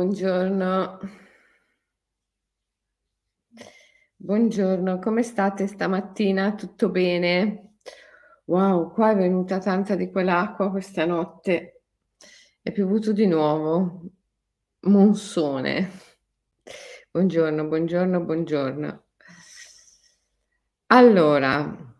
Buongiorno. Buongiorno, come state stamattina? Tutto bene? Wow, qua è venuta tanta di quell'acqua questa notte. È piovuto di nuovo. Monsone. Buongiorno, buongiorno, buongiorno. Allora,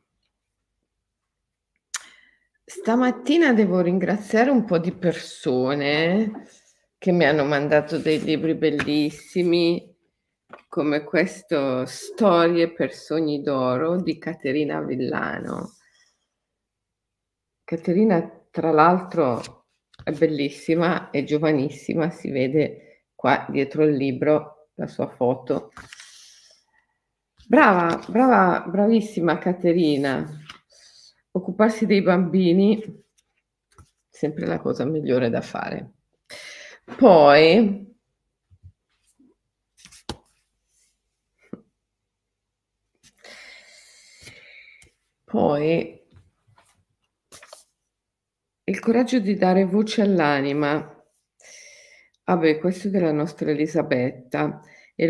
stamattina devo ringraziare un po' di persone che mi hanno mandato dei libri bellissimi, come questo "Storie per sogni d'oro" di Caterina Villano. Caterina, tra l'altro, è bellissima, è giovanissima, si vede qua dietro il libro la sua foto. Brava, brava, bravissima Caterina. Occuparsi dei bambini, sempre la cosa migliore da fare. Poi Poi il coraggio di dare voce all'anima. Ah beh, questo è della nostra Elisabetta e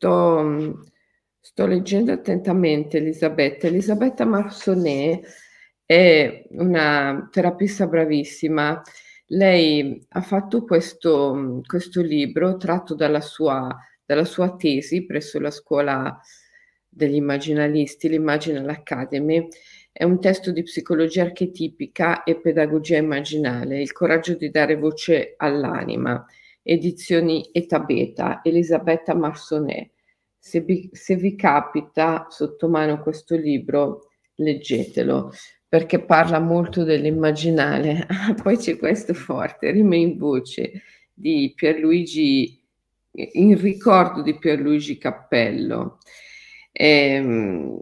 sto leggendo attentamente Elisabetta. Elisabetta Marsonnet è una terapista bravissima. Lei ha fatto questo libro tratto dalla sua tesi presso la scuola degli immaginalisti, l'Imaginal Academy. È un testo di psicologia archetipica e pedagogia immaginale, il coraggio di dare voce all'anima, edizioni Eta Beta, Elisabetta Marsonnet. Se vi capita sotto mano questo libro, leggetelo, perché parla molto dell'immaginale. Poi c'è questo forte, Rime in voce, di Pierluigi, in ricordo di Pierluigi Cappello. Ehm,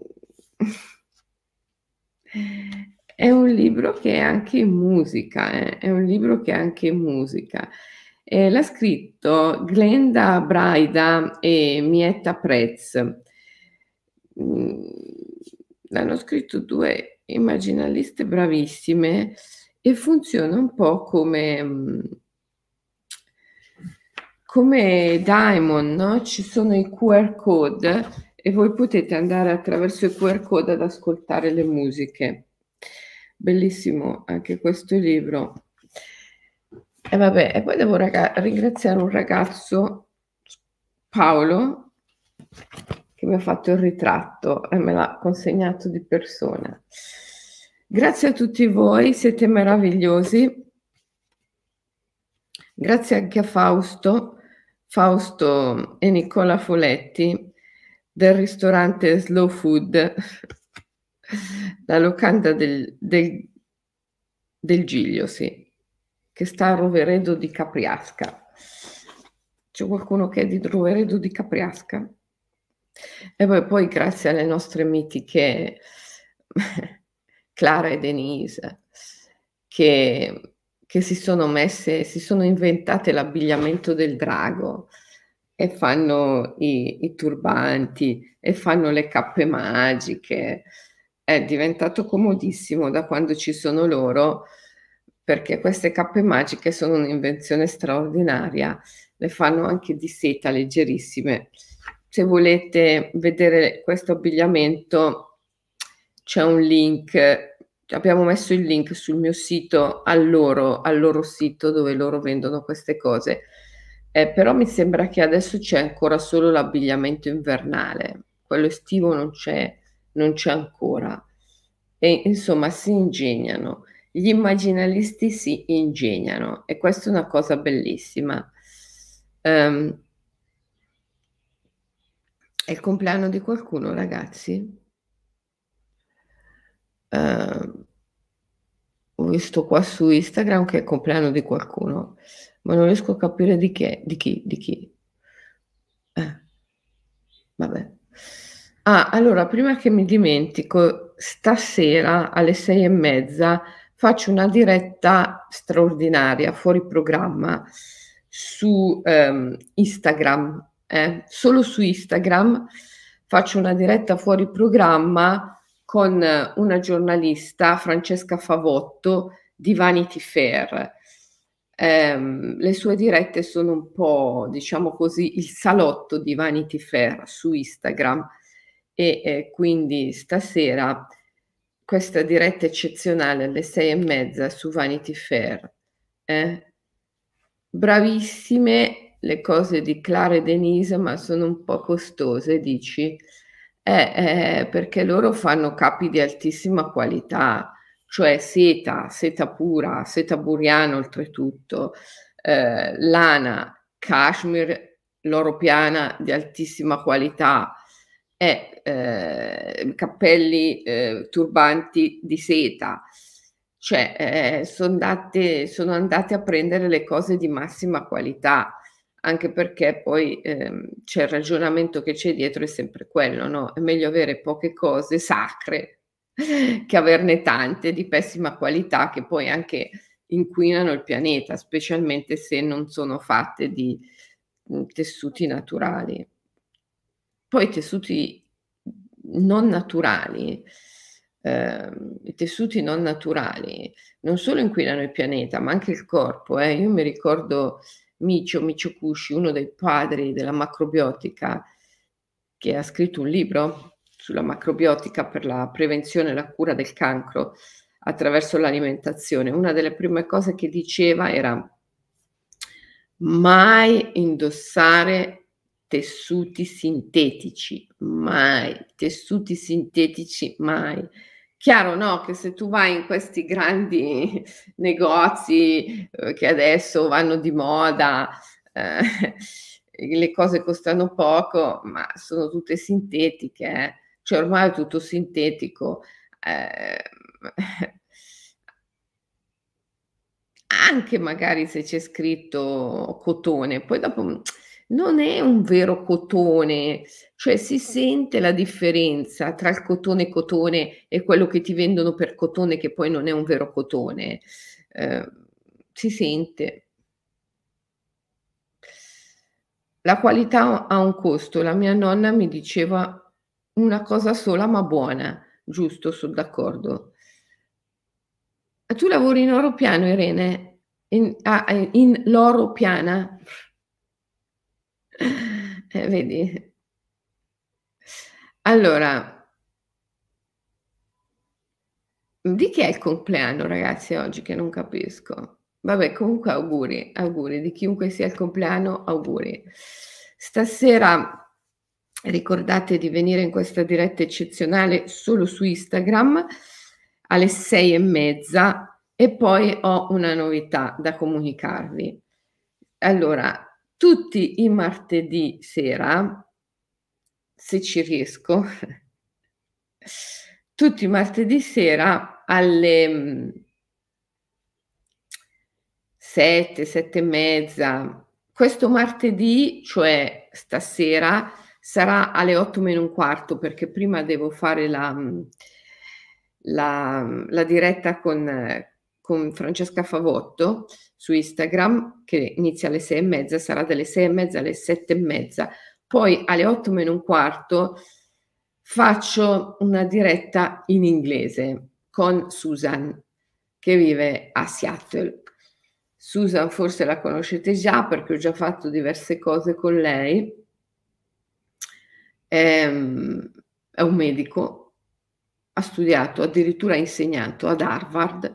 È un libro che è anche in musica, è un libro che è anche in musica. L'ha scritto Glenda Braida e Mietta Prez. Mhmm, L'hanno scritto 2 immaginaliste bravissime e funziona un po' come Daimon, no, ci sono i QR code e voi potete andare attraverso i QR code ad ascoltare le musiche. Bellissimo anche questo libro. E vabbè, e poi devo ringraziare un ragazzo, Paolo, che mi ha fatto il ritratto e me l'ha consegnato di persona. Grazie a tutti voi, siete meravigliosi. Grazie anche a Fausto e Nicola Foletti del ristorante Slow Food, la locanda del Giglio, sì, che sta a Roveredo di Capriasca. C'è qualcuno che è di Roveredo di Capriasca? E poi grazie alle nostre mitiche Clara e Denise, che si sono inventate l'abbigliamento del drago e fanno i turbanti e fanno le cappe magiche. È diventato comodissimo da quando ci sono loro, perché queste cappe magiche sono un'invenzione straordinaria. Le fanno anche di seta, leggerissime. Se volete vedere questo abbigliamento, c'è un link. Abbiamo messo il link sul mio sito al loro sito dove loro vendono queste cose. Però mi sembra che adesso c'è ancora solo l'abbigliamento invernale, quello estivo non c'è ancora. E insomma si ingegnano, gli immaginalisti si ingegnano e questa è una cosa bellissima. È il compleanno di qualcuno, ragazzi? Ho visto qua su Instagram che è il compleanno di qualcuno, ma non riesco a capire di chi. Vabbè. Allora prima che mi dimentico, stasera alle 6:30 faccio una diretta straordinaria, fuori programma, su, Instagram, solo su Instagram faccio una diretta fuori programma con una giornalista, Francesca Favotto, di Vanity Fair. Le sue dirette sono un po', diciamo così, il salotto di Vanity Fair su Instagram e, quindi stasera questa diretta eccezionale alle 6 e mezza su Vanity Fair, eh. Bravissime le cose di Clara e Denise, ma sono un po' costose dici? Perché loro fanno capi di altissima qualità, cioè seta pura, seta buriano oltretutto, lana, cashmere, loro piana di altissima qualità e, cappelli, turbanti di seta. Cioè, sono andate a prendere le cose di massima qualità, anche perché poi, c'è il ragionamento che c'è dietro è sempre quello, no, è meglio avere poche cose sacre che averne tante di pessima qualità che poi anche inquinano il pianeta, specialmente se non sono fatte di, tessuti naturali. Poi i tessuti non naturali i tessuti non naturali non solo inquinano il pianeta, ma anche il corpo, eh. Io mi ricordo Michio Kushi, uno dei padri della macrobiotica, che ha scritto un libro sulla macrobiotica per la prevenzione e la cura del cancro attraverso l'alimentazione. Una delle prime cose che diceva era: mai indossare tessuti sintetici, mai. Tessuti sintetici mai. Chiaro, no, che se tu vai in questi grandi negozi, che adesso vanno di moda, ehm, le cose costano poco, ma sono tutte sintetiche, cioè ormai è tutto sintetico. Ehm Anche magari se c'è scritto cotone, poi dopo, non è un vero cotone, cioè si sente la differenza tra il cotone e quello che ti vendono per cotone che poi non è un vero cotone. Si sente. La qualità ha un costo. La mia nonna mi diceva una cosa sola ma buona. Giusto, son d'accordo. E tu lavori in oro piano, Irene? In loro piana? Vedi? Allora, di chi è il compleanno ragazzi oggi che non capisco? Vabbè comunque auguri, auguri, di chiunque sia il compleanno auguri. Stasera ricordate di venire in questa diretta eccezionale solo su Instagram alle 6 e mezza e poi ho una novità da comunicarvi. Allora, tutti i martedì sera, se ci riesco, tutti i martedì sera alle, 7, 7 e mezza. Questo martedì, cioè stasera, sarà alle 8 meno un quarto, perché prima devo fare la diretta con Francesca Favotto su Instagram, che inizia alle 6 e mezza, sarà dalle 6 e mezza alle 7 e mezza. Poi alle 8 meno un quarto faccio una diretta in inglese con Susan, che vive a Seattle. Susan forse la conoscete già perché ho già fatto diverse cose con lei. È un medico, ha studiato, addirittura ha insegnato ad Harvard,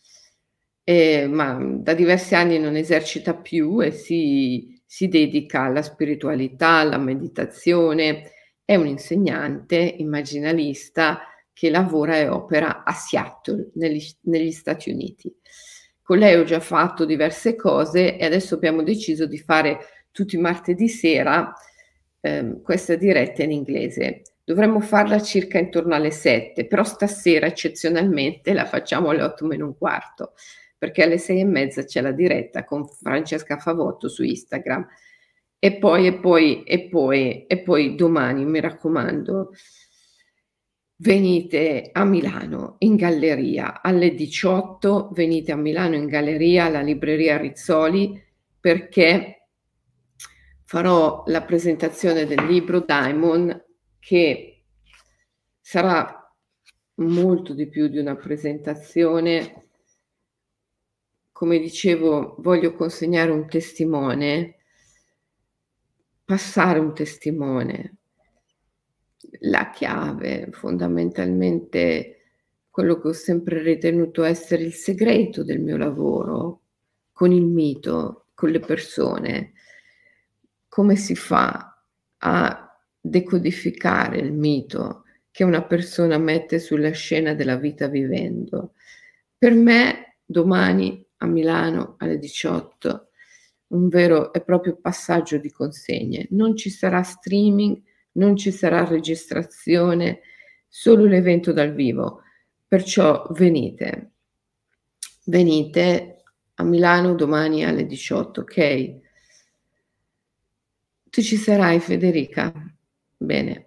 ma da diversi anni non esercita più e si dedica alla spiritualità, alla meditazione. È un insegnante immaginalista che lavora e opera a Seattle, negli Stati Uniti. Con lei ho già fatto diverse cose e adesso abbiamo deciso di fare tutti i martedì sera, questa diretta in inglese. Dovremmo farla circa intorno alle 7, però stasera eccezionalmente la facciamo alle 8 meno un quarto, perché alle 6 e mezza c'è la diretta con Francesca Favotto su Instagram. E poi domani, mi raccomando, venite a Milano in galleria alle 18, venite a Milano in galleria alla libreria Rizzoli, perché farò la presentazione del libro Diamond, che sarà molto di più di una presentazione come dicevo, voglio consegnare un testimone, passare un testimone. La chiave, fondamentalmente, quello che ho sempre ritenuto essere il segreto del mio lavoro con il mito, con le persone, come si fa a decodificare il mito che una persona mette sulla scena della vita vivendo. Per me domani a Milano alle 18 un vero e proprio passaggio di consegne. Non ci sarà streaming, non ci sarà registrazione, solo l'evento dal vivo. Perciò venite, venite a Milano domani alle 18, okay? Tu ci sarai Federica? Bene.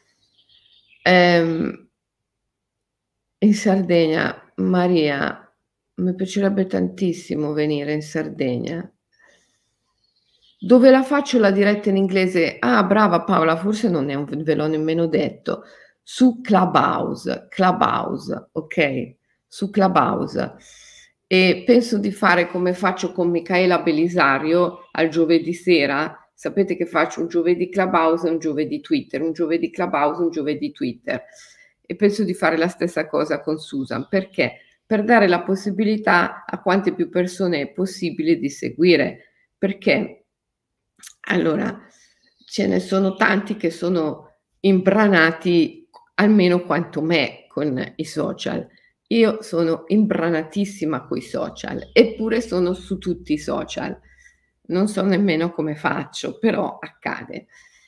Ehm, In Sardegna, Maria, mi piacerebbe tantissimo venire in Sardegna. Dove la faccio la diretta in inglese? Ah, brava Paola, forse non ne ho ve l'ho nemmeno detto. Su Clubhouse, Clubhouse, okay, su Clubhouse. E penso di fare come faccio con Micaela Belisario al giovedì sera. Sapete che faccio un giovedì Clubhouse e un giovedì Twitter, un giovedì Clubhouse, un giovedì Twitter. E penso di fare la stessa cosa con Susan. Perché? Per dare la possibilità a quante più persone è possibile di seguire. Perché allora, ce ne sono tanti che sono imbranati almeno quanto me con i social. Io sono imbranatissima coi social, eppure sono su tutti i social. Non so nemmeno come faccio, però accade.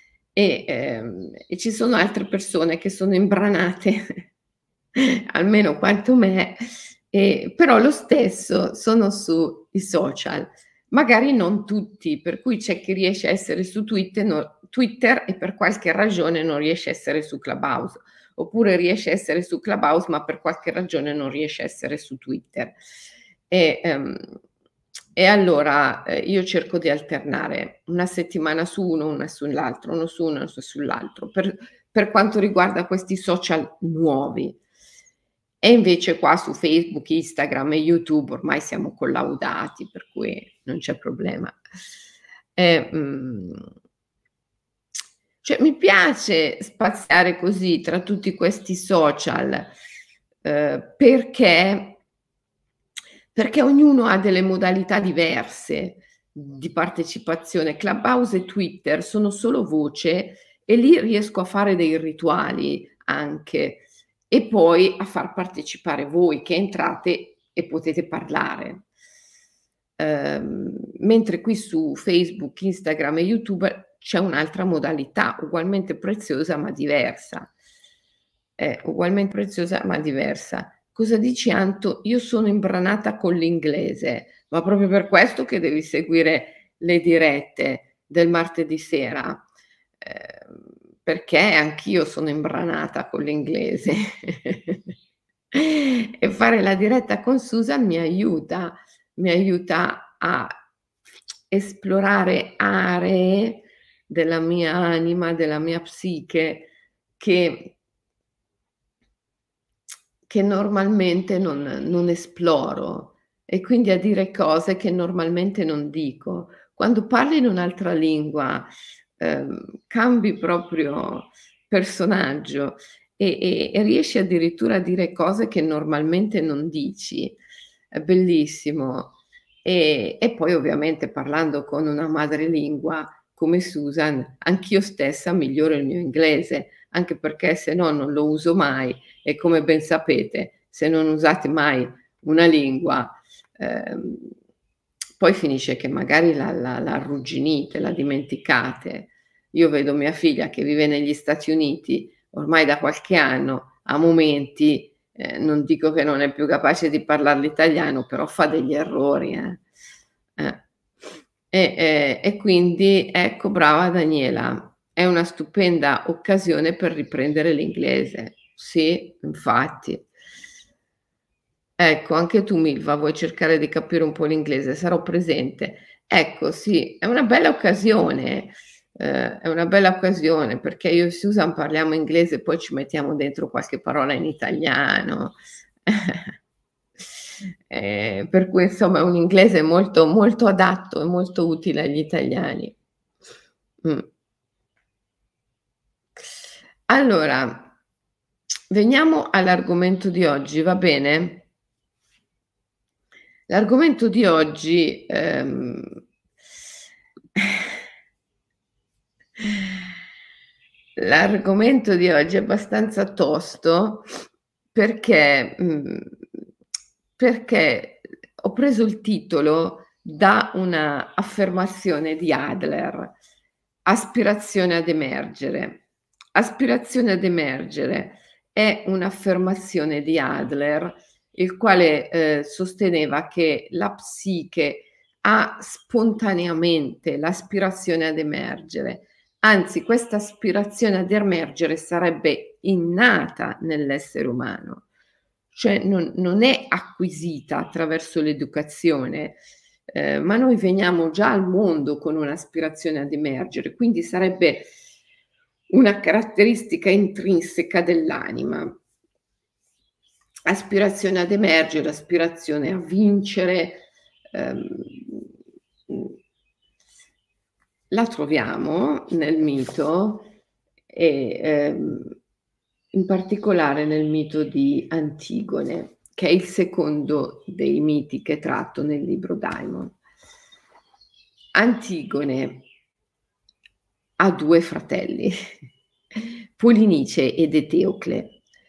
E ci sono altre persone che sono imbranate almeno quanto me, però lo stesso sono sui social. Magari non tutti, per cui c'è chi riesce a essere su Twitter e per qualche ragione non riesce a essere su Clubhouse, oppure riesce a essere su Clubhouse, ma per qualche ragione non riesce a essere su Twitter. E, ehm, e allora, io cerco di alternare una settimana su uno, una sull'altro, uno su uno e sull'altro, per quanto riguarda questi social nuovi. E invece qua su Facebook, Instagram e YouTube ormai siamo collaudati, per cui non c'è problema. E, cioè mi piace spaziare così tra tutti questi social, perché ognuno ha delle modalità diverse di partecipazione. Clubhouse e Twitter sono solo voce e lì riesco a fare dei rituali anche e poi a far partecipare voi che entrate e potete parlare. Mentre qui su Facebook, Instagram e YouTube c'è un'altra modalità ugualmente preziosa ma diversa. Ugualmente preziosa ma diversa. Cosa dici Anto? Io sono imbranata con l'inglese, ma proprio per questo che devi seguire le dirette del martedì sera, perché anch'io sono imbranata con l'inglese. E fare la diretta con Susan mi aiuta a esplorare aree della mia anima, della mia psiche che normalmente non esploro e quindi a dire cose che normalmente non dico. Quando parli in un'altra lingua, cambi proprio personaggio e riesci addirittura a dire cose che normalmente non dici. È bellissimo. E poi ovviamente parlando con una madrelingua come Susan, anch'io stessa miglioro il mio inglese, anche perché se no non lo uso mai e come ben sapete, se non usate mai una lingua, ehm, poi finisce che magari la arrugginite, la dimenticate. Io vedo mia figlia che vive negli Stati Uniti ormai da qualche anno, a momenti, non dico che non è più capace di parlar l'italiano, però fa degli errori, eh. E quindi ecco, brava Daniela, è una stupenda occasione per riprendere l'inglese. Sì, infatti. Ecco, anche tu Milva vuoi cercare di capire un po' l'inglese, sarò presente. Ecco, sì, è una bella occasione perché io e Susan parliamo inglese e poi ci mettiamo dentro qualche parola in italiano. Per cui insomma è un inglese molto, molto adatto e molto utile agli italiani. Mh. Allora, veniamo all'argomento di oggi, va bene? L'argomento di oggi, l'argomento di oggi è abbastanza tosto perché perché ho preso il titolo da una affermazione di Adler: "Aspirazione ad emergere". Aspirazione ad emergere è un'affermazione di Adler, il quale, sosteneva che la psiche ha spontaneamente l'aspirazione ad emergere. Anzi, questa aspirazione ad emergere sarebbe innata nell'essere umano, cioè non è acquisita attraverso l'educazione, ma noi veniamo già al mondo con un'aspirazione ad emergere, quindi sarebbe una caratteristica intrinseca dell'anima. Aspirazione ad emergere, aspirazione a vincere, ehm, mhmm la troviamo nel mito e, in particolare nel mito di Antigone, che è il secondo dei miti che tratto nel libro Daimon. Antigone ha 2 fratelli, Polinice ed Eteocle.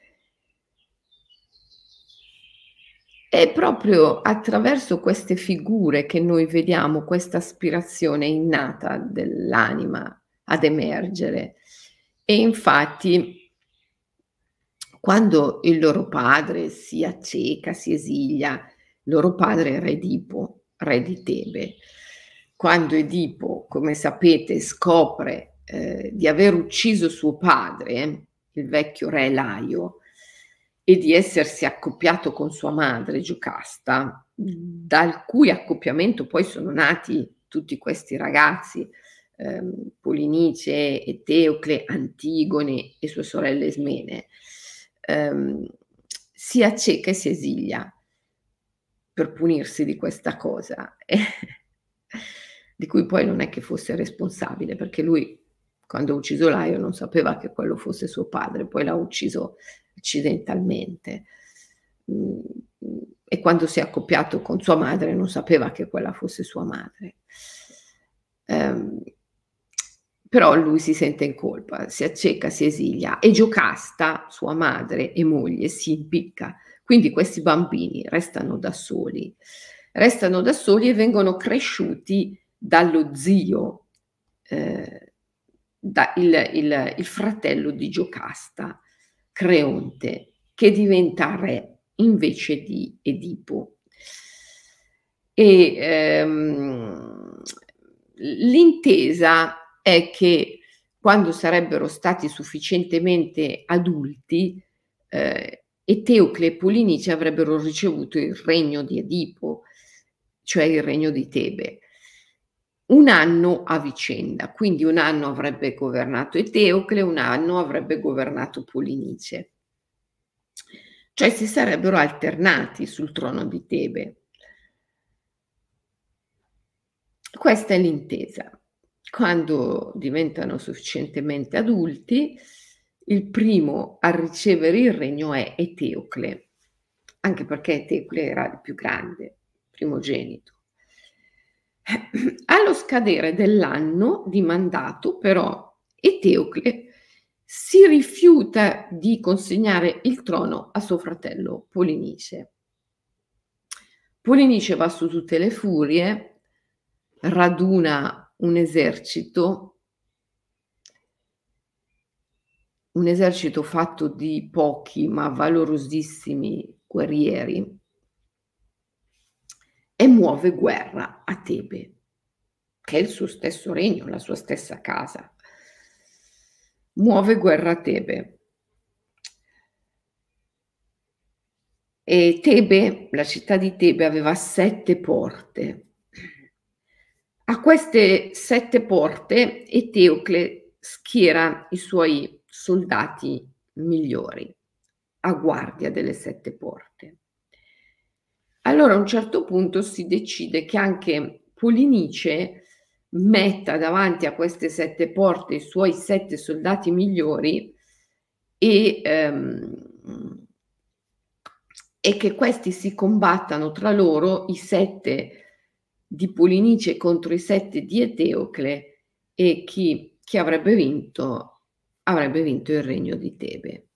È proprio attraverso queste figure che noi vediamo questa aspirazione innata dell'anima ad emergere. E infatti quando il loro padre si acceca, si esilia, il loro padre era Edipo, re di Tebe. Quando Edipo, come sapete, scopre, di aver ucciso suo padre, il vecchio re Laio, e di essersi accoppiato con sua madre Giocasta, dal cui accoppiamento poi sono nati tutti questi ragazzi, Polinice, Eteocle, Antigone e sue sorelle Ismene. Si acceca e si esilia per punirsi di questa cosa, di cui poi non è che fosse responsabile, perché lui quando ha ucciso Laio non sapeva che quello fosse suo padre, poi l'ha ucciso accidentalmente. Mhmm, e quando si è accoppiato con sua madre non sapeva che quella fosse sua madre. Ehm, Però lui si sente in colpa, si acceca, si esilia e Giocasta, sua madre e moglie, si impicca. Quindi questi bambini restano da soli e vengono cresciuti dallo zio, ehm, da il fratello di Giocasta, Creonte, che diventa re invece di Edipo. E, l'intesa è che quando sarebbero stati sufficientemente adulti, ehm, Eteocle e Polinice avrebbero ricevuto il regno di Edipo, cioè il regno di Tebe. 1 anno a vicenda, quindi 1 anno avrebbe governato Eteocle, 1 anno avrebbe governato Polinice. Cioè si sarebbero alternati sul trono di Tebe. Questa è l'intesa. Quando diventano sufficientemente adulti, il primo a ricevere il regno è Eteocle, anche perché Eteocle era il più grande, primogenito. Allo scadere dell'anno di mandato, però, Eteocle si rifiuta di consegnare il trono a suo fratello Polinice. Polinice va su tutte le furie, raduna un esercito fatto di pochi ma valorosissimi guerrieri e muove guerra a Tebe, che è il suo stesso regno, la sua stessa casa. Muove guerra a Tebe. E Tebe, la città di Tebe aveva 7 porte. A queste 7 porte Eteocle schiera i suoi soldati migliori a guardia delle 7 porte. Allora a un certo punto si decide che anche Polinice metta davanti a queste 7 porte i suoi 7 soldati migliori e, e che questi si combattano tra loro, i 7 di Polinice contro i 7 di Eteocle, e chi avrebbe vinto il regno di Tebe.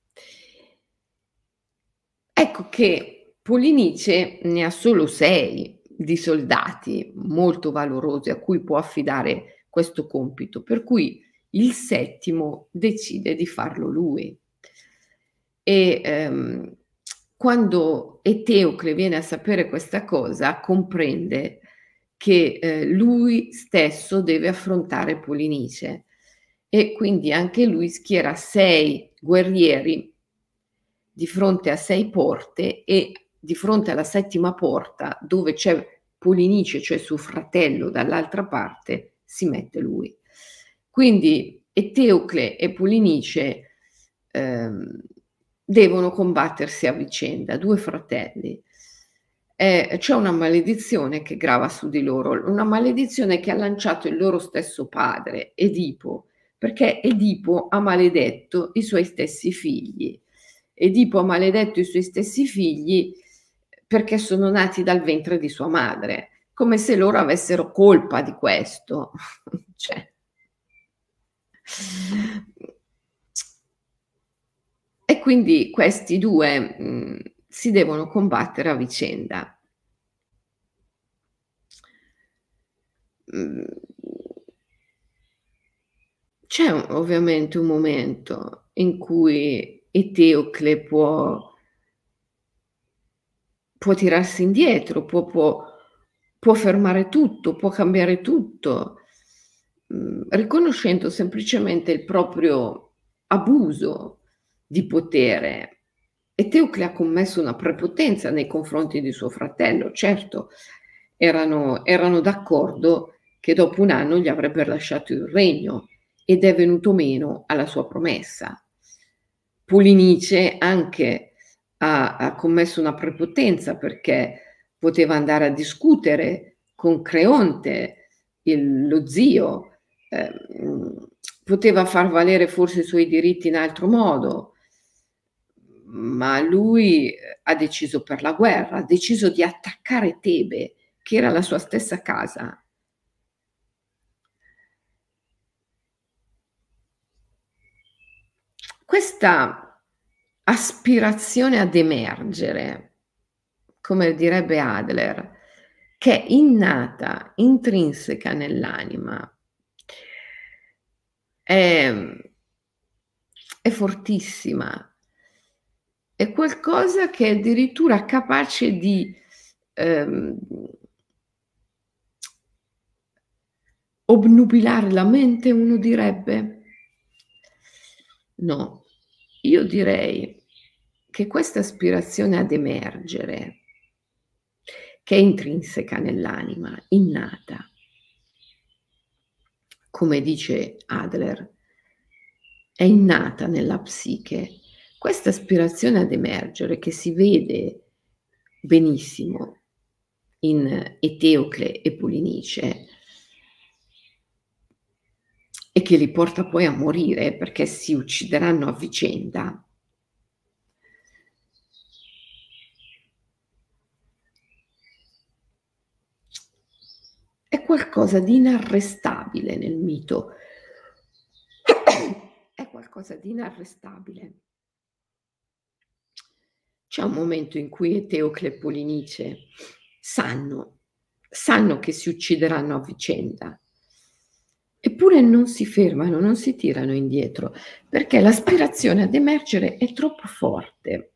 Ecco che Polinice ne ha solo 6 di soldati molto valorosi a cui può affidare questo compito, per cui il settimo decide di farlo lui. E, quando Eteocle viene a sapere questa cosa, comprende che, lui stesso deve affrontare Polinice, e quindi anche lui schiera 6 guerrieri di fronte a 6 porte, e di fronte alla settima porta, dove c'è Polinice, cioè suo fratello, dall'altra parte, si mette lui. Quindi Eteocle e Polinice devono combattersi a vicenda, 2 fratelli. C'è una maledizione che grava su di loro, una maledizione che ha lanciato il loro stesso padre, Edipo, perché Edipo ha maledetto i suoi stessi figli. Edipo ha maledetto i suoi stessi figli perché sono nati dal ventre di sua madre, come se loro avessero colpa di questo. Cioè. E quindi questi 2 si devono combattere a vicenda. Mhmm, c'è ovviamente un momento in cui Eteocle può tirarsi indietro, può fermare tutto, può cambiare tutto, riconoscendo semplicemente il proprio abuso di potere. Eteocle ha commesso una prepotenza nei confronti di suo fratello. Certo, erano d'accordo che dopo 1 anno gli avrebbe lasciato il regno, ed è venuto meno alla sua promessa. Polinice anche ha commesso una prepotenza, perché poteva andare a discutere con Creonte, lo zio, poteva far valere forse i suoi diritti in altro modo, ma lui ha deciso per la guerra, ha deciso di attaccare Tebe, che era la sua stessa casa. Questa aspirazione ad emergere, come direbbe Adler, che è innata, intrinseca nell'anima, è è fortissima. È qualcosa che è addirittura capace di, ehm, obnubilare la mente, uno direbbe? No, io direi che questa aspirazione ad emergere, che è intrinseca nell'anima, innata, come dice Adler, è innata nella psiche. Questa aspirazione ad emergere, che si vede benissimo in Eteocle e Polinice, e che li porta poi a morire perché si uccideranno a vicenda. È qualcosa di inarrestabile nel mito. È qualcosa di inarrestabile. C'è un momento in cui Eteocle e Polinice sanno che si uccideranno a vicenda, eppure non si fermano, non si tirano indietro, perché l'aspirazione ad emergere è troppo forte.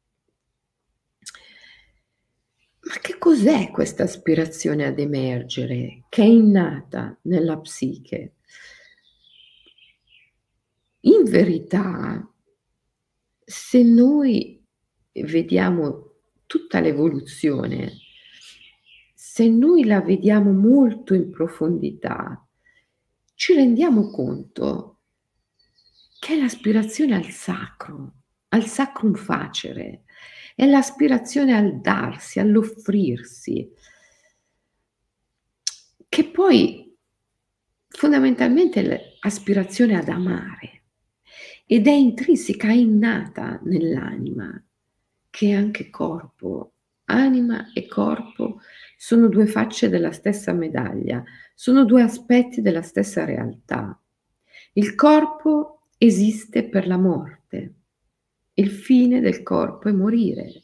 Ma che cos'è questa aspirazione ad emergere, che è innata nella psiche? In verità, se noi vediamo tutta l'evoluzione, se noi la vediamo molto in profondità, ci rendiamo conto che è l'aspirazione al sacro, al sacrum facere, è l'aspirazione al darsi, all'offrirsi, che poi fondamentalmente è l'aspirazione ad amare ed è intrinseca, è innata nell'anima, che è anche corpo. Anima e corpo sono 2 facce della stessa medaglia, sono 2 aspetti della stessa realtà. Il corpo esiste per la morte, il fine del corpo è morire.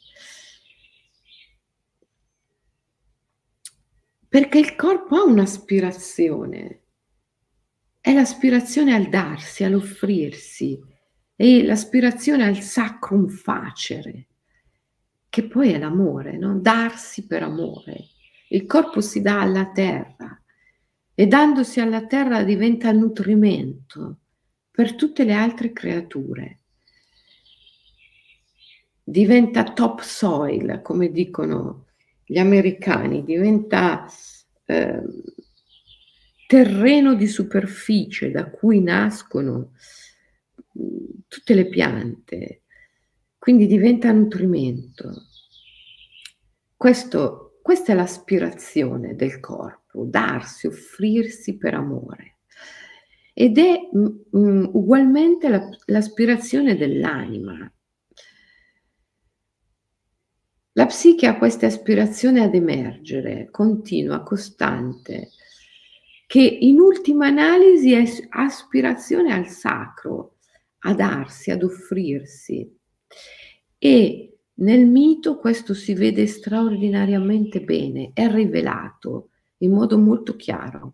Perché il corpo ha un'aspirazione, è l'aspirazione al darsi, all'offrirsi, è l'aspirazione al sacrum facere, che poi è l'amore, no, darsi per amore. Il corpo si dà alla terra e dandosi alla terra diventa nutrimento per tutte le altre creature. Diventa topsoil, come dicono gli americani, diventa terreno di superficie da cui nascono tutte le piante, quindi diventa nutrimento. Questa è l'aspirazione del corpo, darsi, offrirsi per amore. Ed è ugualmente l'aspirazione dell'anima. La psiche ha questa aspirazione ad emergere, continua, costante, che in ultima analisi è aspirazione al sacro, a darsi, ad offrirsi. E nel mito questo si vede straordinariamente bene, è rivelato in modo molto chiaro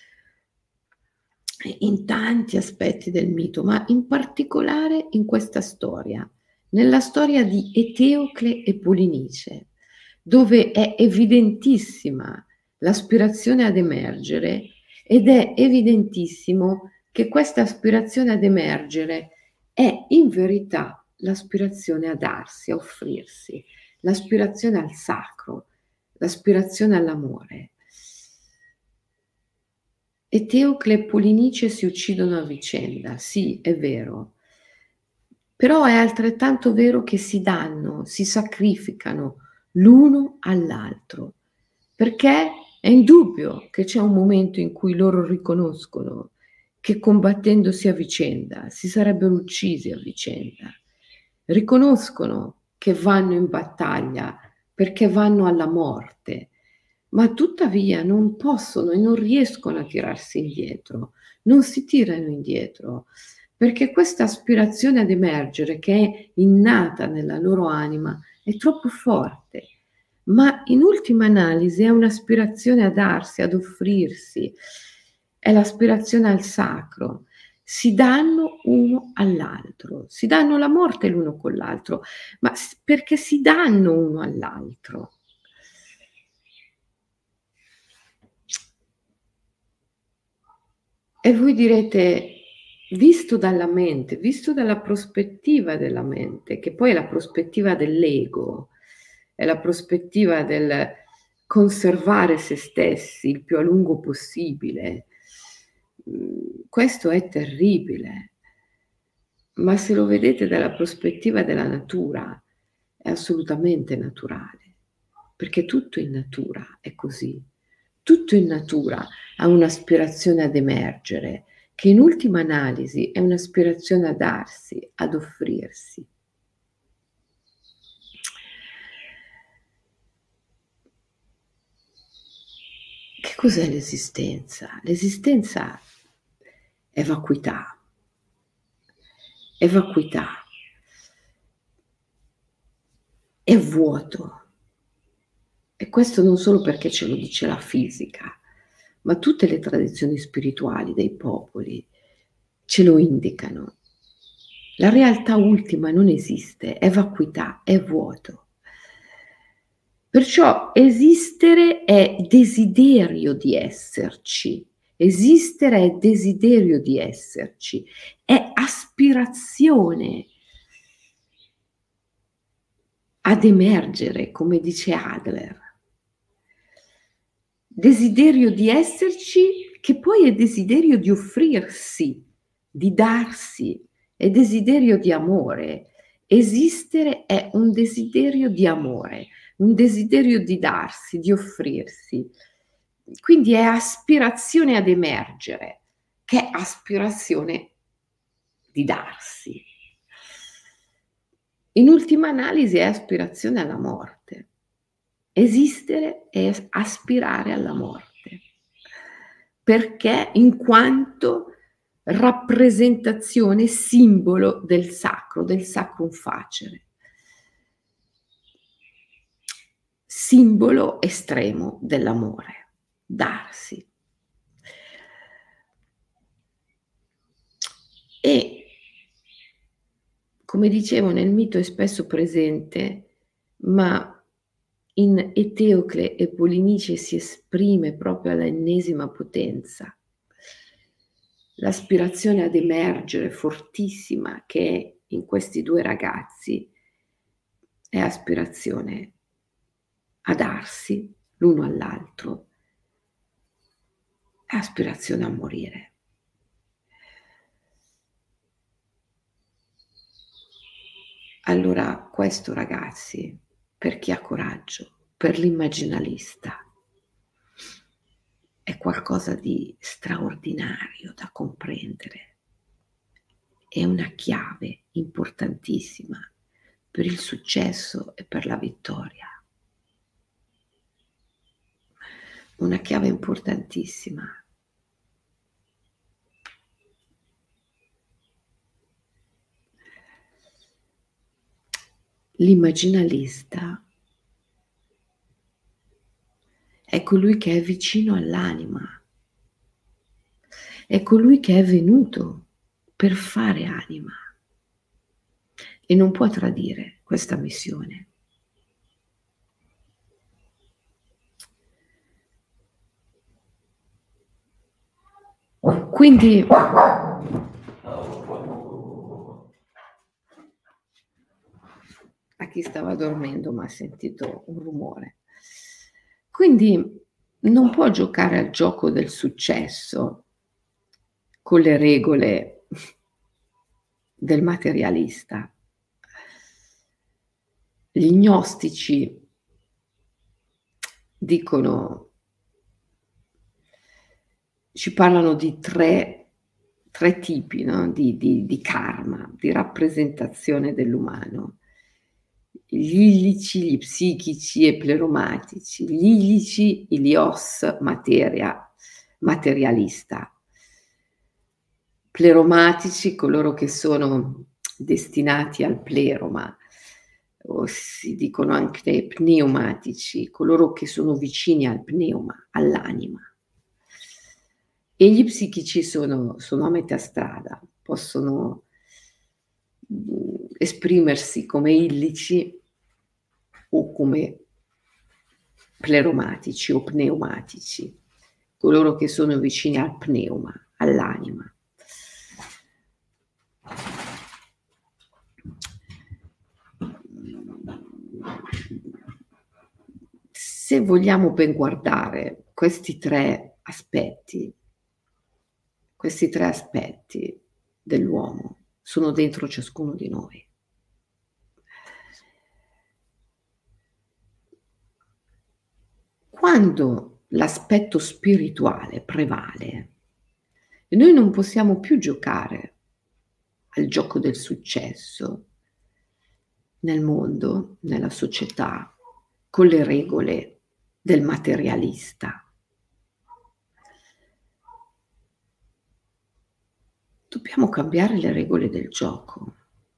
in tanti aspetti del mito, ma in particolare in questa storia, nella storia di Eteocle e Polinice, dove è evidentissima l'aspirazione ad emergere ed è evidentissimo che questa aspirazione ad emergere è in verità l'aspirazione a darsi, a offrirsi, l'aspirazione al sacro, l'aspirazione all'amore. Eteocle e Polinice si uccidono a vicenda, sì, è vero, però è altrettanto vero che si danno, si sacrificano l'uno all'altro, perché è indubbio che c'è un momento in cui loro riconoscono che combattendosi a vicenda si sarebbero uccisi a vicenda, riconoscono che vanno in battaglia perché vanno alla morte, ma tuttavia non possono e non riescono a tirarsi indietro, non si tirano indietro, perché questa aspirazione ad emergere che è innata nella loro anima è troppo forte, ma in ultima analisi è un'aspirazione a darsi, ad offrirsi, è l'aspirazione al sacro. Si danno uno all'altro, si danno la morte l'uno con l'altro, ma perché si danno uno all'altro. E voi direte, visto dalla mente, visto dalla prospettiva della mente, che poi è la prospettiva dell'ego, è la prospettiva del conservare se stessi il più a lungo possibile, questo è terribile. Ma se lo vedete dalla prospettiva della natura, è assolutamente naturale, perché tutto in natura è così. Tutto in natura ha un'aspirazione ad emergere, che in ultima analisi è un'aspirazione a darsi, ad offrirsi. Che cos'è l'esistenza? L'esistenza è vacuità, è vacuità, è vuoto. E questo non solo perché ce lo dice la fisica, ma tutte le tradizioni spirituali dei popoli ce lo indicano. La realtà ultima non esiste, è vacuità, è vuoto. Perciò esistere è desiderio di esserci, esistere è desiderio di esserci, è aspirazione ad emergere, come dice Adler. Desiderio di esserci, che poi è desiderio di offrirsi, di darsi, è desiderio di amore, Esistere è un desiderio di amore, un desiderio di darsi, di offrirsi. Quindi è aspirazione ad emergere, che è aspirazione di darsi. In ultima analisi è aspirazione alla morte. Esistere è aspirare alla morte, perché in quanto rappresentazione, simbolo del sacrum facere. Simbolo estremo dell'amore, darsi. E, come dicevo, nel mito è spesso presente, ma in Eteocle e Polinice si esprime proprio all'ennesima potenza. L'aspirazione ad emergere fortissima che è in questi due ragazzi è aspirazione a darsi l'uno all'altro, è aspirazione a morire. Allora questo, ragazzi, per chi ha coraggio, per l'immaginalista, è qualcosa di straordinario da comprendere. È una chiave importantissima per il successo e per la vittoria. Una chiave importantissima. L'immaginalista è colui che è vicino all'anima, è colui che è venuto per fare anima e non può tradire questa missione. Quindi a chi stava dormendo ma ha sentito un rumore. Quindi non può giocare al gioco del successo con le regole del materialista. Gli gnostici dicono, ci parlano di tre tipi, no? di karma, di rappresentazione dell'umano. Gli illici, gli psichici e pleromatici. Gli illici, ilios, materia, materialista. Pleromatici, coloro che sono destinati al pleroma, o si dicono anche pneumatici, coloro che sono vicini al pneuma, all'anima. E gli psichici sono a metà strada, possono esprimersi come illici o come pleromatici o pneumatici, coloro che sono vicini al pneuma, all'anima. Se vogliamo ben guardare questi tre aspetti dell'uomo sono dentro ciascuno di noi. Quando l'aspetto spirituale prevale, noi non possiamo più giocare al gioco del successo nel mondo, nella società, con le regole del materialista. Dobbiamo cambiare le regole del gioco.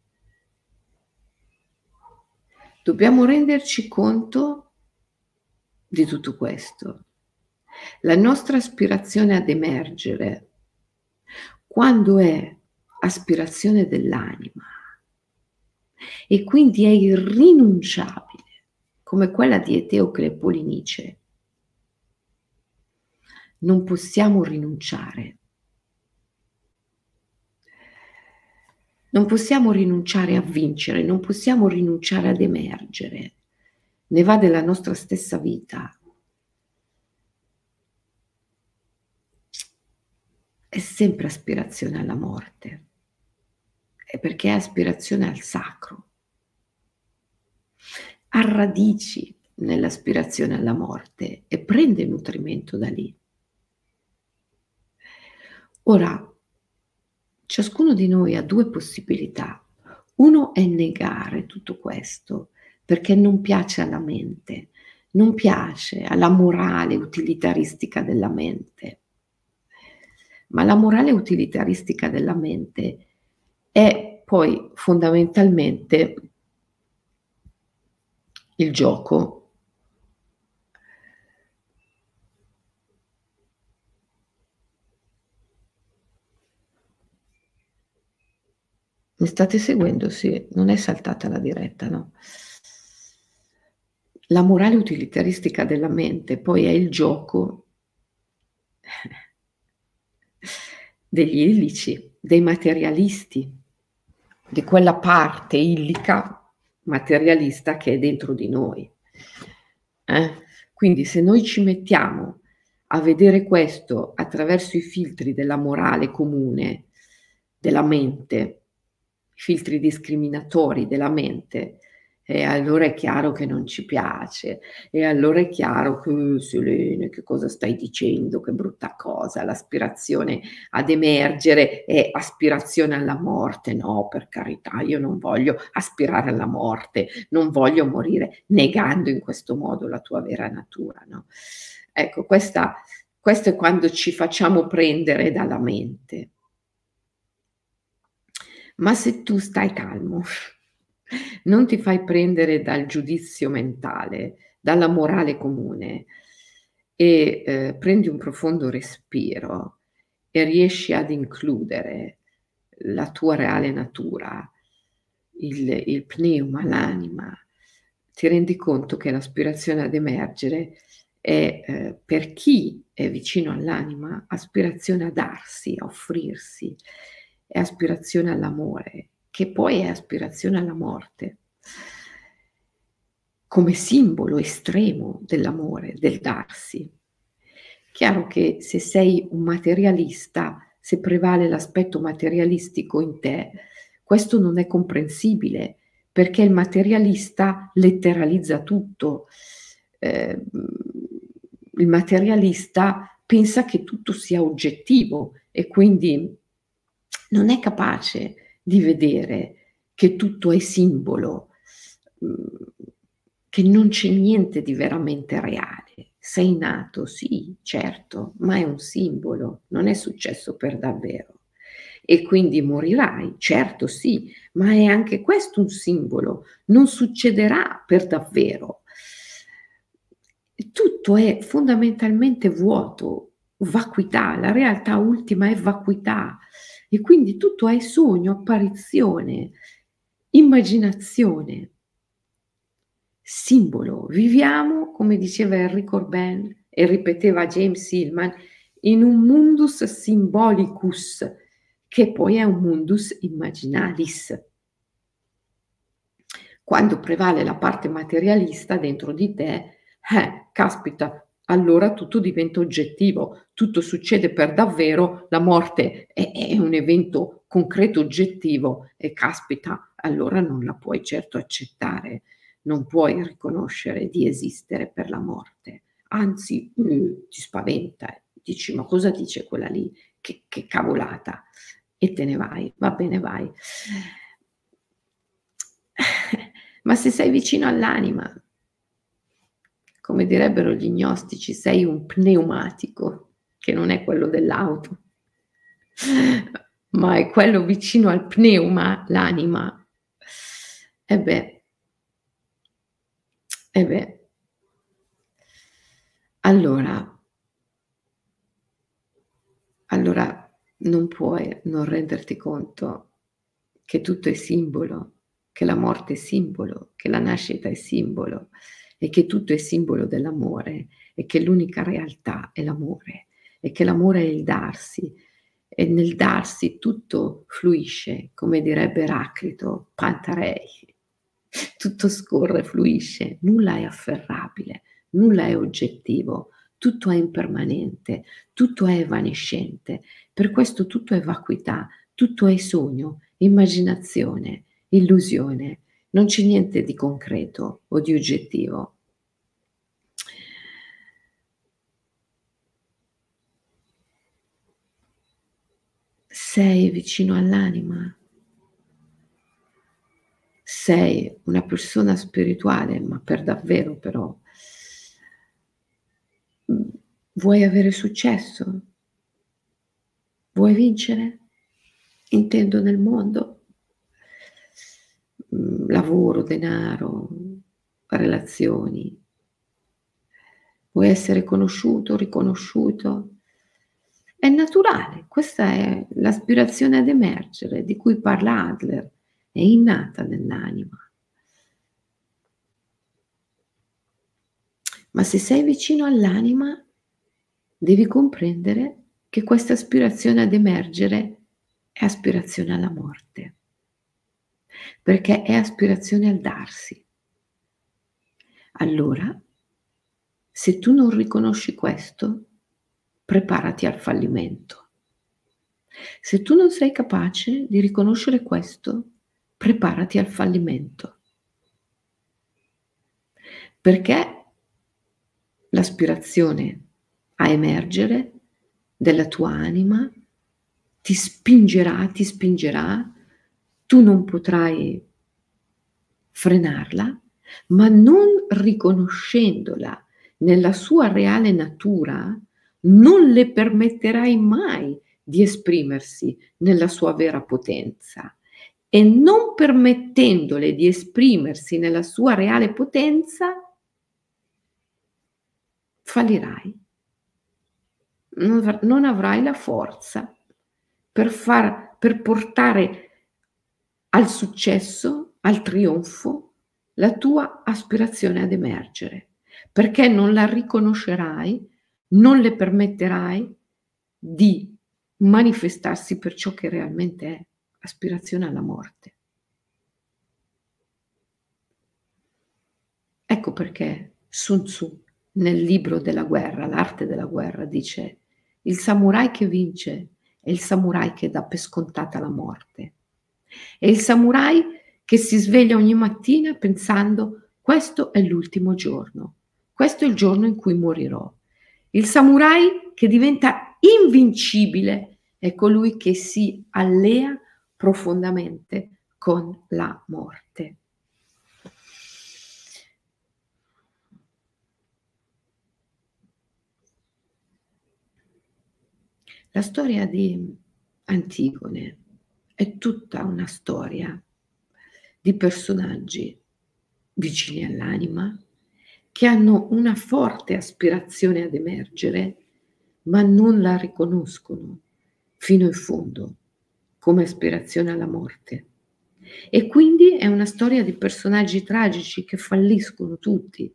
Dobbiamo renderci conto di tutto questo. La nostra aspirazione ad emergere, quando è aspirazione dell'anima e quindi è irrinunciabile, come quella di Eteocle e Polinice, non possiamo rinunciare. Non possiamo rinunciare a vincere, non possiamo rinunciare ad emergere. Ne va della nostra stessa vita. È sempre aspirazione alla morte, è perché è aspirazione al sacro. ha radici nell'aspirazione alla morte e prende nutrimento da lì. Ora, ciascuno di noi ha 2 possibilità. Uno è negare tutto questo, perché non piace alla mente, non piace alla morale utilitaristica della mente. Ma la morale utilitaristica della mente è poi fondamentalmente il gioco. Mi state seguendo? Sì, non è saltata la diretta, no? La morale utilitaristica della mente poi è il gioco degli illici, dei materialisti, di quella parte illica materialista che è dentro di noi. Quindi se noi ci mettiamo a vedere questo attraverso i filtri della morale comune, della mente, filtri discriminatori della mente, e allora è chiaro che non ci piace, e allora è chiaro che Selene, che cosa stai dicendo, che brutta cosa, l'aspirazione ad emergere è aspirazione alla morte. No, per carità, io non voglio aspirare alla morte, non voglio morire negando in questo modo la tua vera natura, no? Ecco, questo è quando ci facciamo prendere dalla mente. Ma se tu stai calmo, non ti fai prendere dal giudizio mentale, dalla morale comune e, prendi un profondo respiro e riesci ad includere la tua reale natura, il pneuma, l'anima, ti rendi conto che l'aspirazione ad emergere è, per chi è vicino all'anima, aspirazione a darsi, a offrirsi, è aspirazione all'amore, che poi è aspirazione alla morte, come simbolo estremo dell'amore, del darsi. Chiaro che se sei un materialista, se prevale l'aspetto materialistico in te, questo non è comprensibile, perché il materialista letteralizza tutto. Ehm, il materialista pensa che tutto sia oggettivo e quindi non è capace di vedere che tutto è simbolo, che non c'è niente di veramente reale. Sei nato, sì, certo, ma è un simbolo, non è successo per davvero. E quindi morirai, certo sì, ma è anche questo un simbolo, non succederà per davvero. Tutto è fondamentalmente vuoto, vacuità, la realtà ultima è vacuità e quindi tutto è sogno, apparizione, immaginazione, simbolo. Viviamo, come diceva Enrico Orbèn e ripeteva James Hillman, in un mundus symbolicus, che poi è un mundus imaginalis. Quando prevale la parte materialista dentro di te, caspita, allora tutto diventa oggettivo, tutto succede per davvero, la morte è un evento concreto, oggettivo e caspita, allora non la puoi certo accettare, non puoi riconoscere di esistere per la morte, anzi, ti spaventa, dici: "Ma cosa dice quella lì? Che cavolata!" E te ne vai, va bene, vai. Ma se sei vicino all'anima, come direbbero gli gnostici, sei un pneumatico, che non è quello dell'auto, ma è quello vicino al pneuma, l'anima. Eh beh, eh beh. Allora allora non puoi non renderti conto che tutto è simbolo, che la morte è simbolo, che la nascita è simbolo e che tutto è simbolo dell'amore e che l'unica realtà è l'amore e che l'amore è il darsi e nel darsi tutto fluisce, come direbbe Eraclito, Pantarei. Tutto scorre, fluisce, nulla è afferrabile, nulla è oggettivo, tutto è impermanente, tutto è evanescente. Per questo tutto è vacuità, tutto è sogno, immaginazione, illusione. non c'è niente di concreto o di oggettivo. Sei vicino all'anima? Sei una persona spirituale, ma per davvero però. Vuoi avere successo? Vuoi vincere? Intendo nel mondo. Lavoro, denaro, relazioni. Vuoi essere conosciuto, riconosciuto? È naturale, questa è l'aspirazione ad emergere di cui parla Adler, è innata nell'anima. Ma se sei vicino all'anima, devi comprendere che questa aspirazione ad emergere è aspirazione alla morte, perché è aspirazione al darsi. Allora, se tu non riconosci questo, preparati al fallimento. Se tu non sei capace di riconoscere questo, preparati al fallimento. Perché l'aspirazione a emergere della tua anima ti spingerà, tu non potrai frenarla, ma non riconoscendola nella sua reale natura, non le permetterai mai di esprimersi nella sua vera potenza. E non permettendole di esprimersi nella sua reale potenza, fallirai. Non avrai la forza per portare al successo, al trionfo, la tua aspirazione ad emergere, perché non la riconoscerai, non le permetterai di manifestarsi per ciò che realmente è, aspirazione alla morte. Ecco perché Sun Tzu, nel libro della guerra, l'arte della guerra, dice: il samurai che vince è il samurai che dà per scontata la morte. È il samurai che si sveglia ogni mattina pensando: questo è l'ultimo giorno, questo è il giorno in cui morirò. Il samurai che diventa invincibile è colui che si allea profondamente con la morte. La storia di Antigone è tutta una storia di personaggi vicini all'anima che hanno una forte aspirazione ad emergere, ma non la riconoscono fino in fondo come aspirazione alla morte. E quindi è una storia di personaggi tragici che falliscono tutti.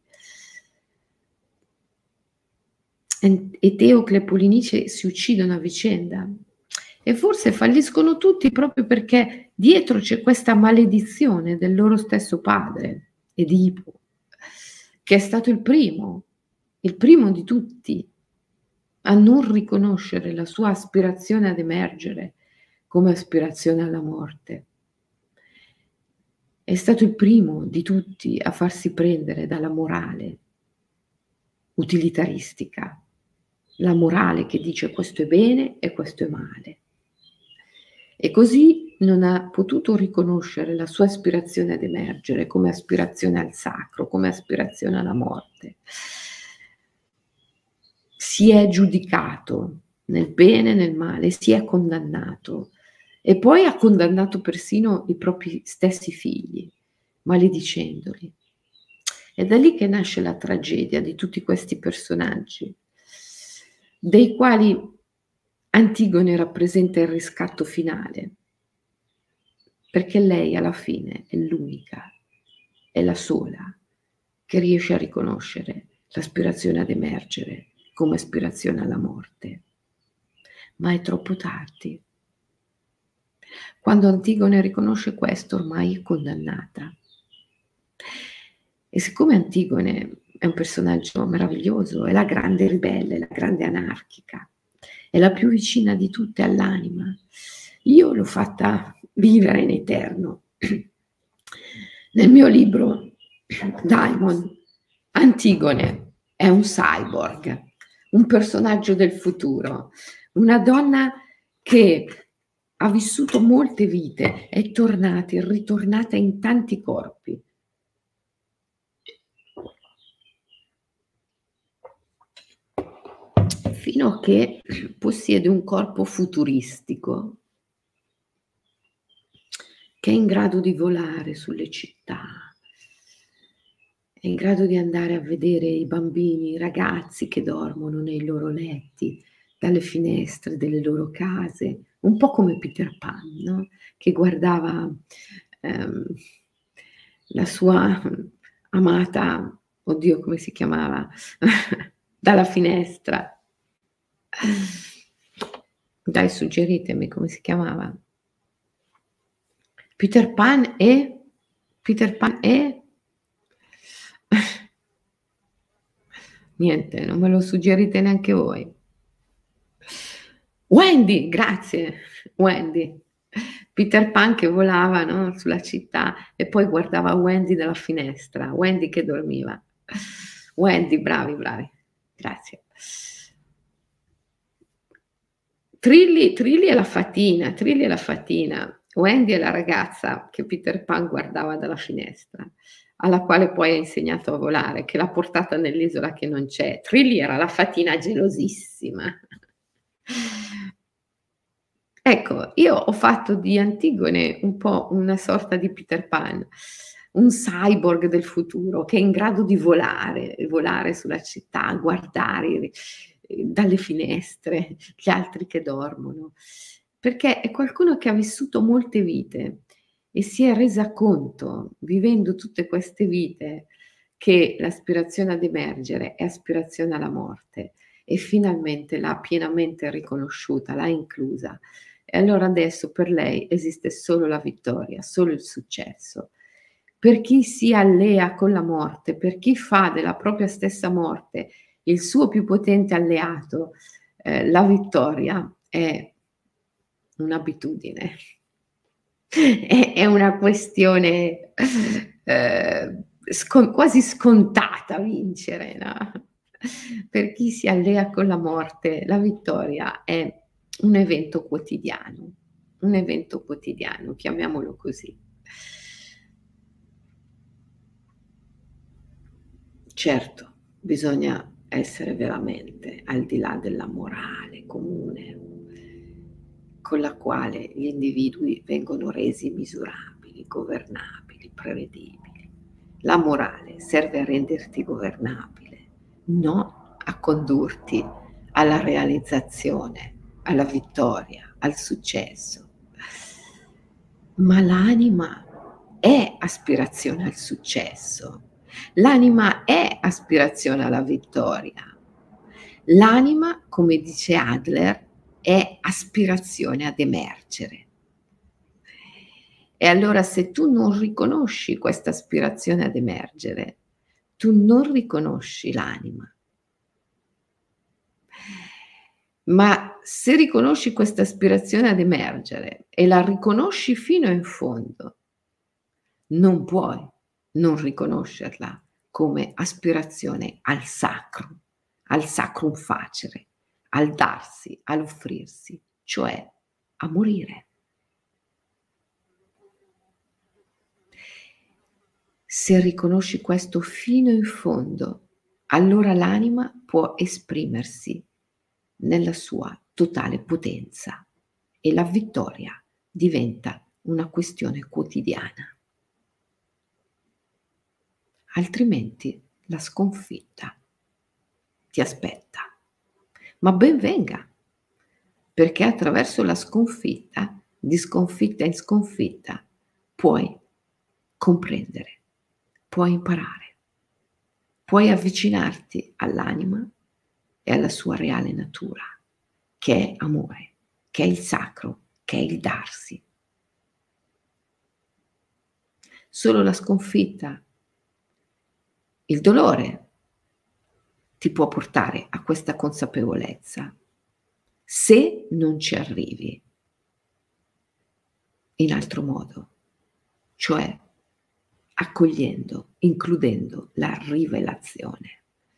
E Teocle e Polinice si uccidono a vicenda. E forse falliscono tutti proprio perché dietro c'è questa maledizione del loro stesso padre, Edipo, che è stato il primo di tutti a non riconoscere la sua aspirazione ad emergere come aspirazione alla morte. È stato il primo di tutti a farsi prendere dalla morale utilitaristica, la morale che dice questo è bene e questo è male. E così non ha potuto riconoscere la sua aspirazione ad emergere come aspirazione al sacro, come aspirazione alla morte. Si è giudicato nel bene e nel male, si è condannato e poi ha condannato persino i propri stessi figli, maledicendoli. È da lì che nasce la tragedia di tutti questi personaggi, dei quali Antigone rappresenta il riscatto finale, perché lei alla fine è l'unica, è la sola che riesce a riconoscere l'aspirazione ad emergere come aspirazione alla morte. Ma è troppo tardi. Quando Antigone riconosce questo, ormai è condannata. E siccome Antigone è un personaggio meraviglioso, è la grande ribelle, la grande anarchica, è la più vicina di tutte all'anima, io l'ho fatta vivere in eterno. Nel mio libro, Diamond, Antigone è un cyborg, un personaggio del futuro, una donna che ha vissuto molte vite, è tornata, è ritornata in tanti corpi. Fino a che possiede un corpo futuristico che è in grado di volare sulle città, è in grado di andare a vedere i bambini, i ragazzi che dormono nei loro letti, dalle finestre delle loro case, un po' come Peter Pan, no? Che guardava ehm, la sua amata, oddio come si chiamava, dalla finestra. Dai, suggeritemi come si chiamava. Peter Pan e Peter Pan e niente, non me lo suggerite neanche voi. Wendy, grazie, Wendy. Peter Pan che volava, no, sulla città e poi guardava Wendy dalla finestra, Wendy che dormiva. Wendy, bravi, bravi, grazie. Trilly è la fatina, Trilly è la fatina, Wendy è la ragazza che Peter Pan guardava dalla finestra, alla quale poi ha insegnato a volare, che l'ha portata nell'isola che non c'è. Trilly era la fatina gelosissima. Ecco, io ho fatto di Antigone un po' una sorta di Peter Pan, un cyborg del futuro che è in grado di volare, volare sulla città, guardare dalle finestre gli altri che dormono, perché è qualcuno che ha vissuto molte vite e si è resa conto, vivendo tutte queste vite, che l'aspirazione ad emergere è aspirazione alla morte e finalmente l'ha pienamente riconosciuta, l'ha inclusa. E allora adesso per lei esiste solo la vittoria, solo il successo. Per chi si allea con la morte, per chi fa della propria stessa morte il suo più potente alleato, la vittoria è un'abitudine, è una questione quasi scontata vincere, no? Per chi si allea con la morte, la vittoria è un evento quotidiano, chiamiamolo così. Certo, bisogna essere veramente al di là della morale comune, con la quale gli individui vengono resi misurabili, governabili, prevedibili. La morale serve a renderti governabile, no a condurti alla realizzazione, alla vittoria, al successo. Ma l'anima è aspirazione al successo, l'anima è aspirazione alla vittoria. L'anima, come dice Adler, è aspirazione ad emergere. E allora se tu non riconosci questa aspirazione ad emergere, tu non riconosci l'anima. Ma se riconosci questa aspirazione ad emergere e la riconosci fino in fondo, non puoi non riconoscerla come aspirazione al sacrum facere, al darsi, all'offrirsi, cioè a morire. Se riconosci questo fino in fondo, allora l'anima può esprimersi nella sua totale potenza e la vittoria diventa una questione quotidiana. Altrimenti la sconfitta ti aspetta. Ma ben venga, perché attraverso la sconfitta, di sconfitta in sconfitta, puoi comprendere, puoi imparare, puoi avvicinarti all'anima e alla sua reale natura, che è amore, che è il sacro, che è il darsi. Solo la sconfitta, il dolore ti può portare a questa consapevolezza. Se non ci arrivi in altro modo, cioè accogliendo, includendo la rivelazione.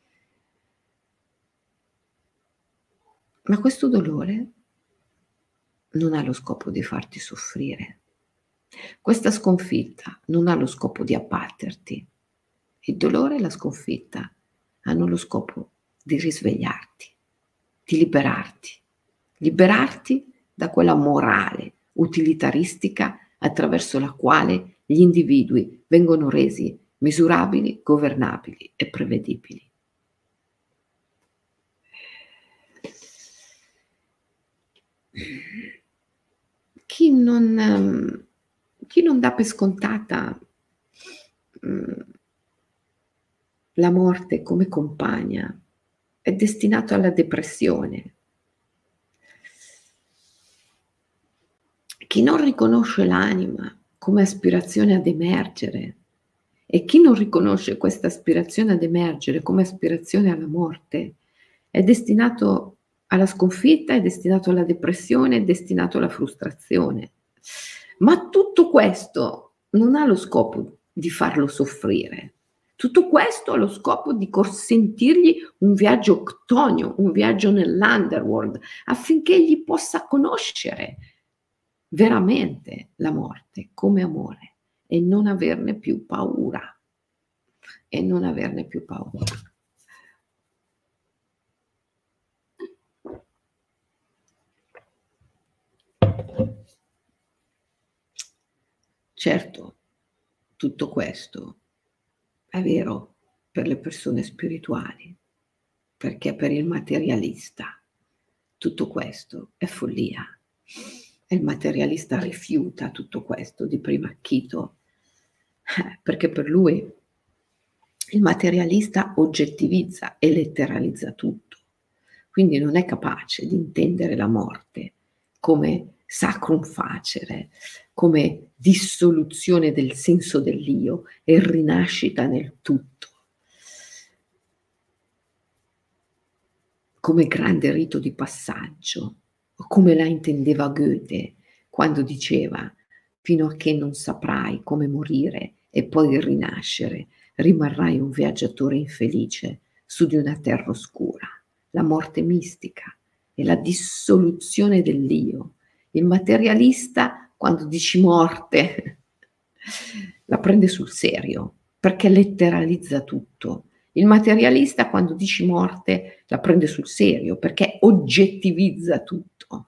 Ma questo dolore non ha lo scopo di farti soffrire. Questa sconfitta non ha lo scopo di abbatterti. Il dolore e la sconfitta hanno lo scopo di risvegliarti, di liberarti da quella morale utilitaristica attraverso la quale gli individui vengono resi misurabili, governabili e prevedibili. Chi non dà per scontata la morte come compagna è destinato alla depressione. Chi non riconosce l'anima come aspirazione ad emergere e chi non riconosce questa aspirazione ad emergere come aspirazione alla morte è destinato alla sconfitta, è destinato alla depressione, è destinato alla frustrazione. Ma tutto questo non ha lo scopo di farlo soffrire. Tutto questo ha lo scopo di consentirgli un viaggio ctonio, un viaggio nell'underworld, affinché egli possa conoscere veramente la morte come amore e non averne più paura. E non averne più paura. Certo, tutto questo è vero per le persone spirituali, perché per il materialista tutto questo è follia. E il materialista rifiuta tutto questo di primo acchito, perché per lui il materialista oggettivizza e letteralizza tutto, quindi non è capace di intendere la morte come sacrum facere, come dissoluzione del senso dell'io e rinascita nel tutto, come grande rito di passaggio, o come la intendeva Goethe quando diceva: fino a che non saprai come morire e poi rinascere, rimarrai un viaggiatore infelice su di una terra oscura. La morte mistica è la dissoluzione dell'io. Il materialista, quando dici morte, la prende sul serio, perché letteralizza tutto. Il materialista, quando dici morte, la prende sul serio, perché oggettivizza tutto.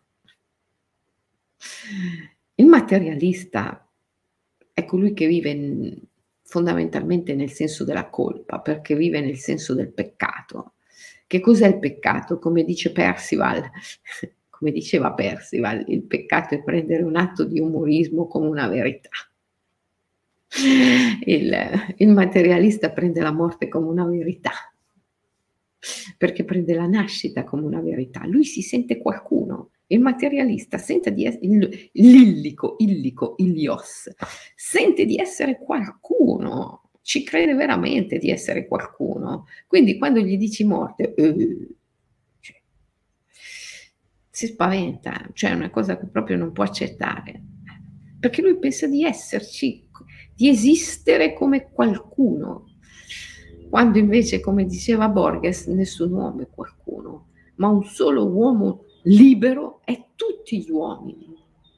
Il materialista è colui che vive fondamentalmente nel senso della colpa, perché vive nel senso del peccato. Che cos'è il peccato? Come dice Percival, come diceva Percival, il peccato è prendere un atto di umorismo come una verità. Il materialista prende la morte come una verità, perché prende la nascita come una verità. Lui si sente qualcuno. Il materialista sente di essere ilios, sente di essere qualcuno, ci crede veramente di essere qualcuno. Quindi quando gli dici morte, cioè, si spaventa, cioè è una cosa che proprio non può accettare, perché lui pensa di esserci, di esistere come qualcuno, quando invece, come diceva Borges, nessun uomo è qualcuno, ma un solo uomo libero è tutti gli uomini.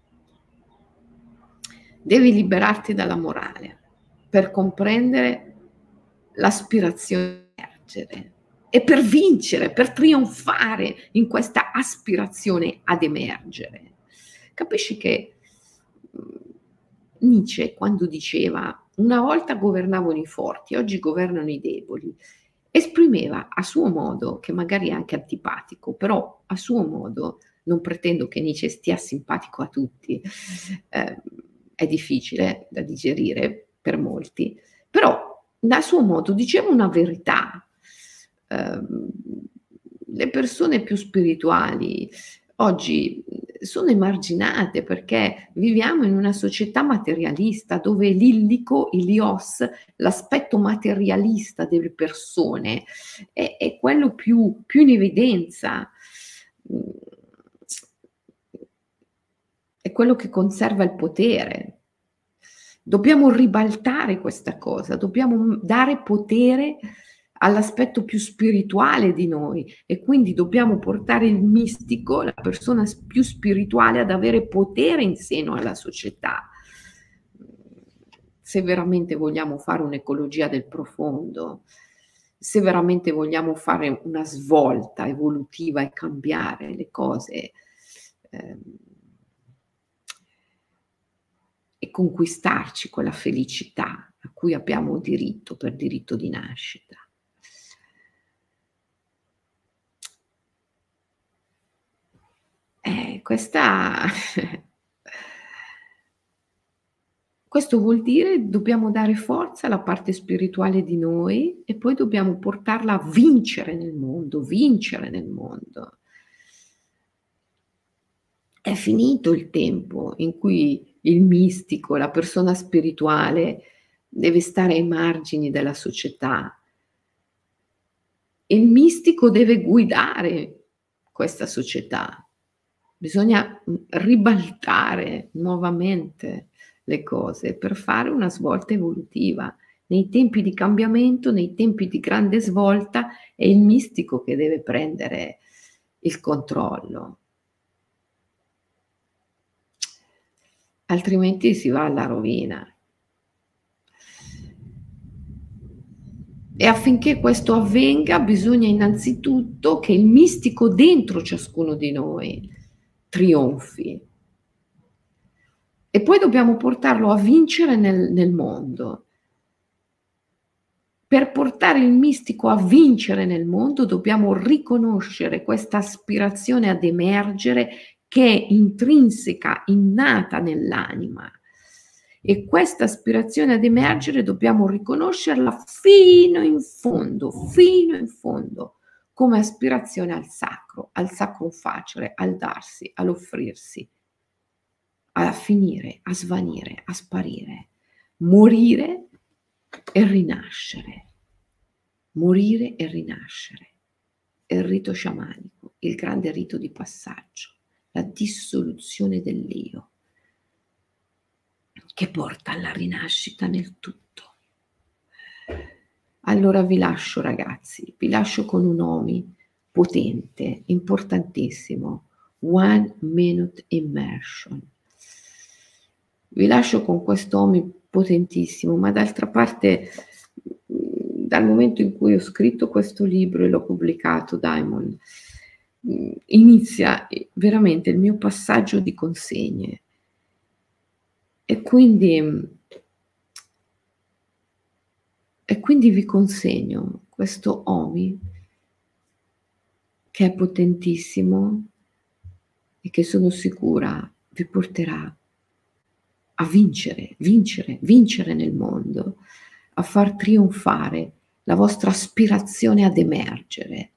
Devi liberarti dalla morale per comprendere l'aspirazione di emergere e per vincere, per trionfare in questa aspirazione ad emergere. Capisci che Nietzsche, quando diceva una volta governavano i forti, oggi governano i deboli, esprimeva a suo modo, che magari è anche antipatico, però a suo modo, non pretendo che Nietzsche stia simpatico a tutti, è difficile da digerire per molti, però a suo modo diceva una verità. Le persone più spirituali oggi sono emarginate perché viviamo in una società materialista dove l'illico, ilios, l'aspetto materialista delle persone è quello più in evidenza, è quello che conserva il potere. Dobbiamo ribaltare questa cosa, dobbiamo dare potere all'aspetto più spirituale di noi e quindi dobbiamo portare il mistico, la persona più spirituale, ad avere potere in seno alla società. Se veramente vogliamo fare un'ecologia del profondo, se veramente vogliamo fare una svolta evolutiva e cambiare le cose, ehm, e conquistarci quella felicità a cui abbiamo diritto per diritto di nascita. Questa questo vuol dire dobbiamo dare forza alla parte spirituale di noi e poi dobbiamo portarla a vincere nel mondo, vincere nel mondo. È finito il tempo in cui il mistico, la persona spirituale deve stare ai margini della società. Il mistico deve guidare questa società. Bisogna, ribaltare nuovamente le cose per fare una svolta evolutiva. Nei tempi di cambiamento, nei tempi di grande svolta, è il mistico che deve prendere il controllo. Altrimenti si va alla rovina. E affinché questo avvenga bisogna innanzitutto che il mistico dentro ciascuno di noi trionfi. E poi dobbiamo portarlo a vincere nel mondo. Per portare il mistico a vincere nel mondo dobbiamo riconoscere questa aspirazione ad emergere che è intrinseca, innata nell'anima. E questa aspirazione ad emergere dobbiamo riconoscerla fino in fondo, come aspirazione al sacro facere, al darsi, all'offrirsi, a finire, a svanire, a sparire, morire e rinascere. Morire e rinascere. È il rito sciamanico, il grande rito di passaggio, la dissoluzione dell'io, che porta alla rinascita nel tutto. Allora vi lascio, ragazzi, vi lascio con un OMI potente, importantissimo, 1 Minute Immersion. Vi lascio con questo OMI potentissimo, ma d'altra parte, dal momento in cui ho scritto questo libro e l'ho pubblicato, Diamond, inizia veramente il mio passaggio di consegne. E quindi vi consegno questo OMI che è potentissimo e che sono sicura vi porterà a vincere nel mondo, a far trionfare la vostra aspirazione ad emergere.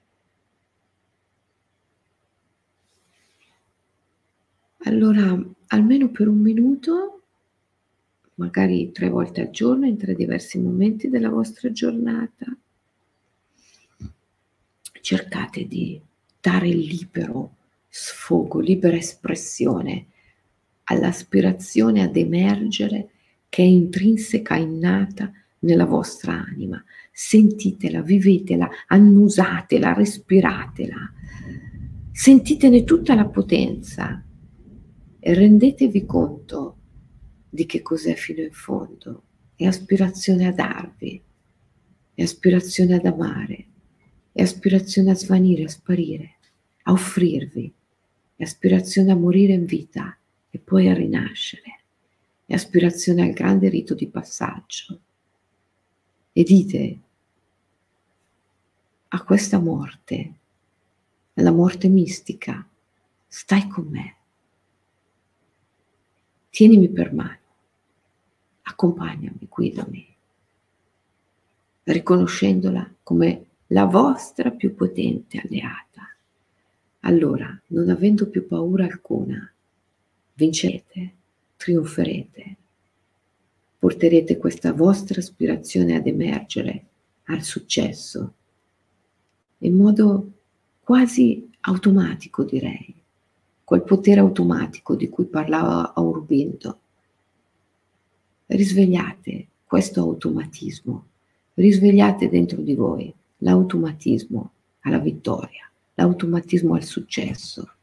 Allora, almeno per 1 minuto, magari 3 volte al giorno, in 3 diversi momenti della vostra giornata, cercate di dare libero sfogo, libera espressione all'aspirazione ad emergere che è intrinseca, innata nella vostra anima. Sentitela, vivetela, annusatela, respiratela, sentitene tutta la potenza e rendetevi conto di che cos'è fino in fondo. È aspirazione a darvi, è aspirazione ad amare, è aspirazione a svanire, a sparire, a offrirvi, è aspirazione a morire in vita e poi a rinascere, è aspirazione al grande rito di passaggio. E dite a questa morte, alla morte mistica, stai con me, tienimi per mano, accompagnami, guidami, riconoscendola come la vostra più potente alleata. Allora, non avendo più paura alcuna, vincerete, trionferete, porterete questa vostra aspirazione ad emergere al successo in modo quasi automatico, direi, quel potere automatico di cui parlava Aurobindo. risvegliate questo automatismo, risvegliate dentro di voi l'automatismo alla vittoria, l'automatismo al successo,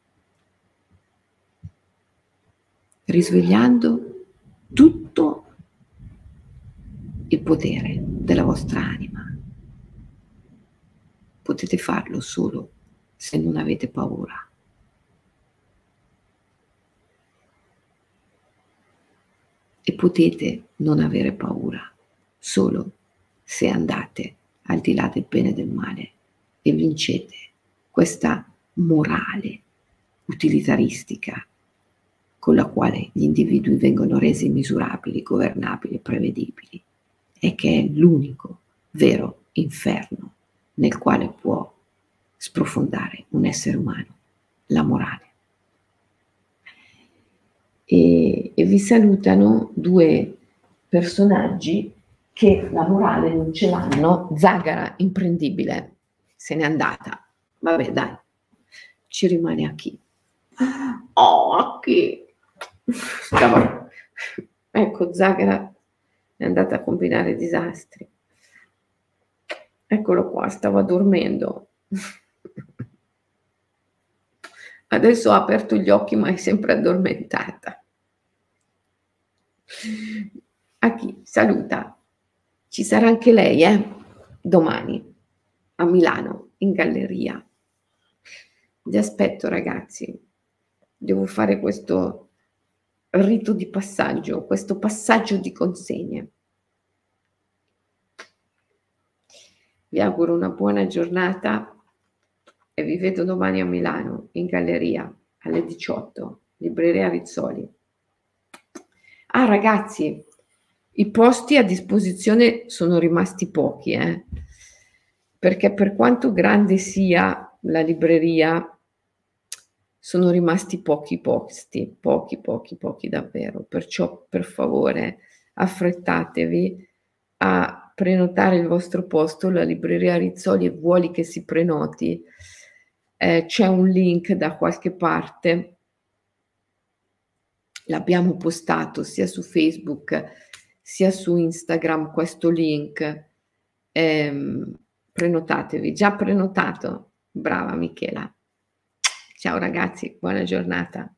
risvegliando tutto il potere della vostra anima. Potete farlo solo se non avete paura. E potete non avere paura solo se andate al di là del bene e del male e vincete questa morale utilitaristica con la quale gli individui vengono resi misurabili, governabili e prevedibili, e che è l'unico vero inferno nel quale può sprofondare un essere umano, la morale. E vi salutano due personaggi che la morale non ce l'hanno. Zagara, imprendibile, se n'è andata. Vabbè, dai, ci rimane a chi? Oh, a chi? Ecco, Zagara è andata a combinare disastri. Eccolo qua, stava dormendo. Adesso ha aperto gli occhi, ma è sempre addormentata. A chi saluta? Ci sarà anche lei, domani a Milano, in galleria. Vi aspetto, ragazzi. Devo fare questo rito di passaggio, questo passaggio di consegne. Vi auguro una buona giornata e vi vedo domani a Milano, in galleria, alle 18, Libreria Rizzoli. Ah, ragazzi, i posti a disposizione sono rimasti pochi, perché per quanto grande sia la libreria, sono rimasti pochi posti, pochi davvero. Perciò, per favore, affrettatevi a prenotare il vostro posto. La libreria Rizzoli vuole che si prenoti. C'è un link da qualche parte. L'abbiamo postato sia su Facebook sia su Instagram questo link. Prenotatevi. Già prenotato? Brava Michela. Ciao ragazzi, buona giornata.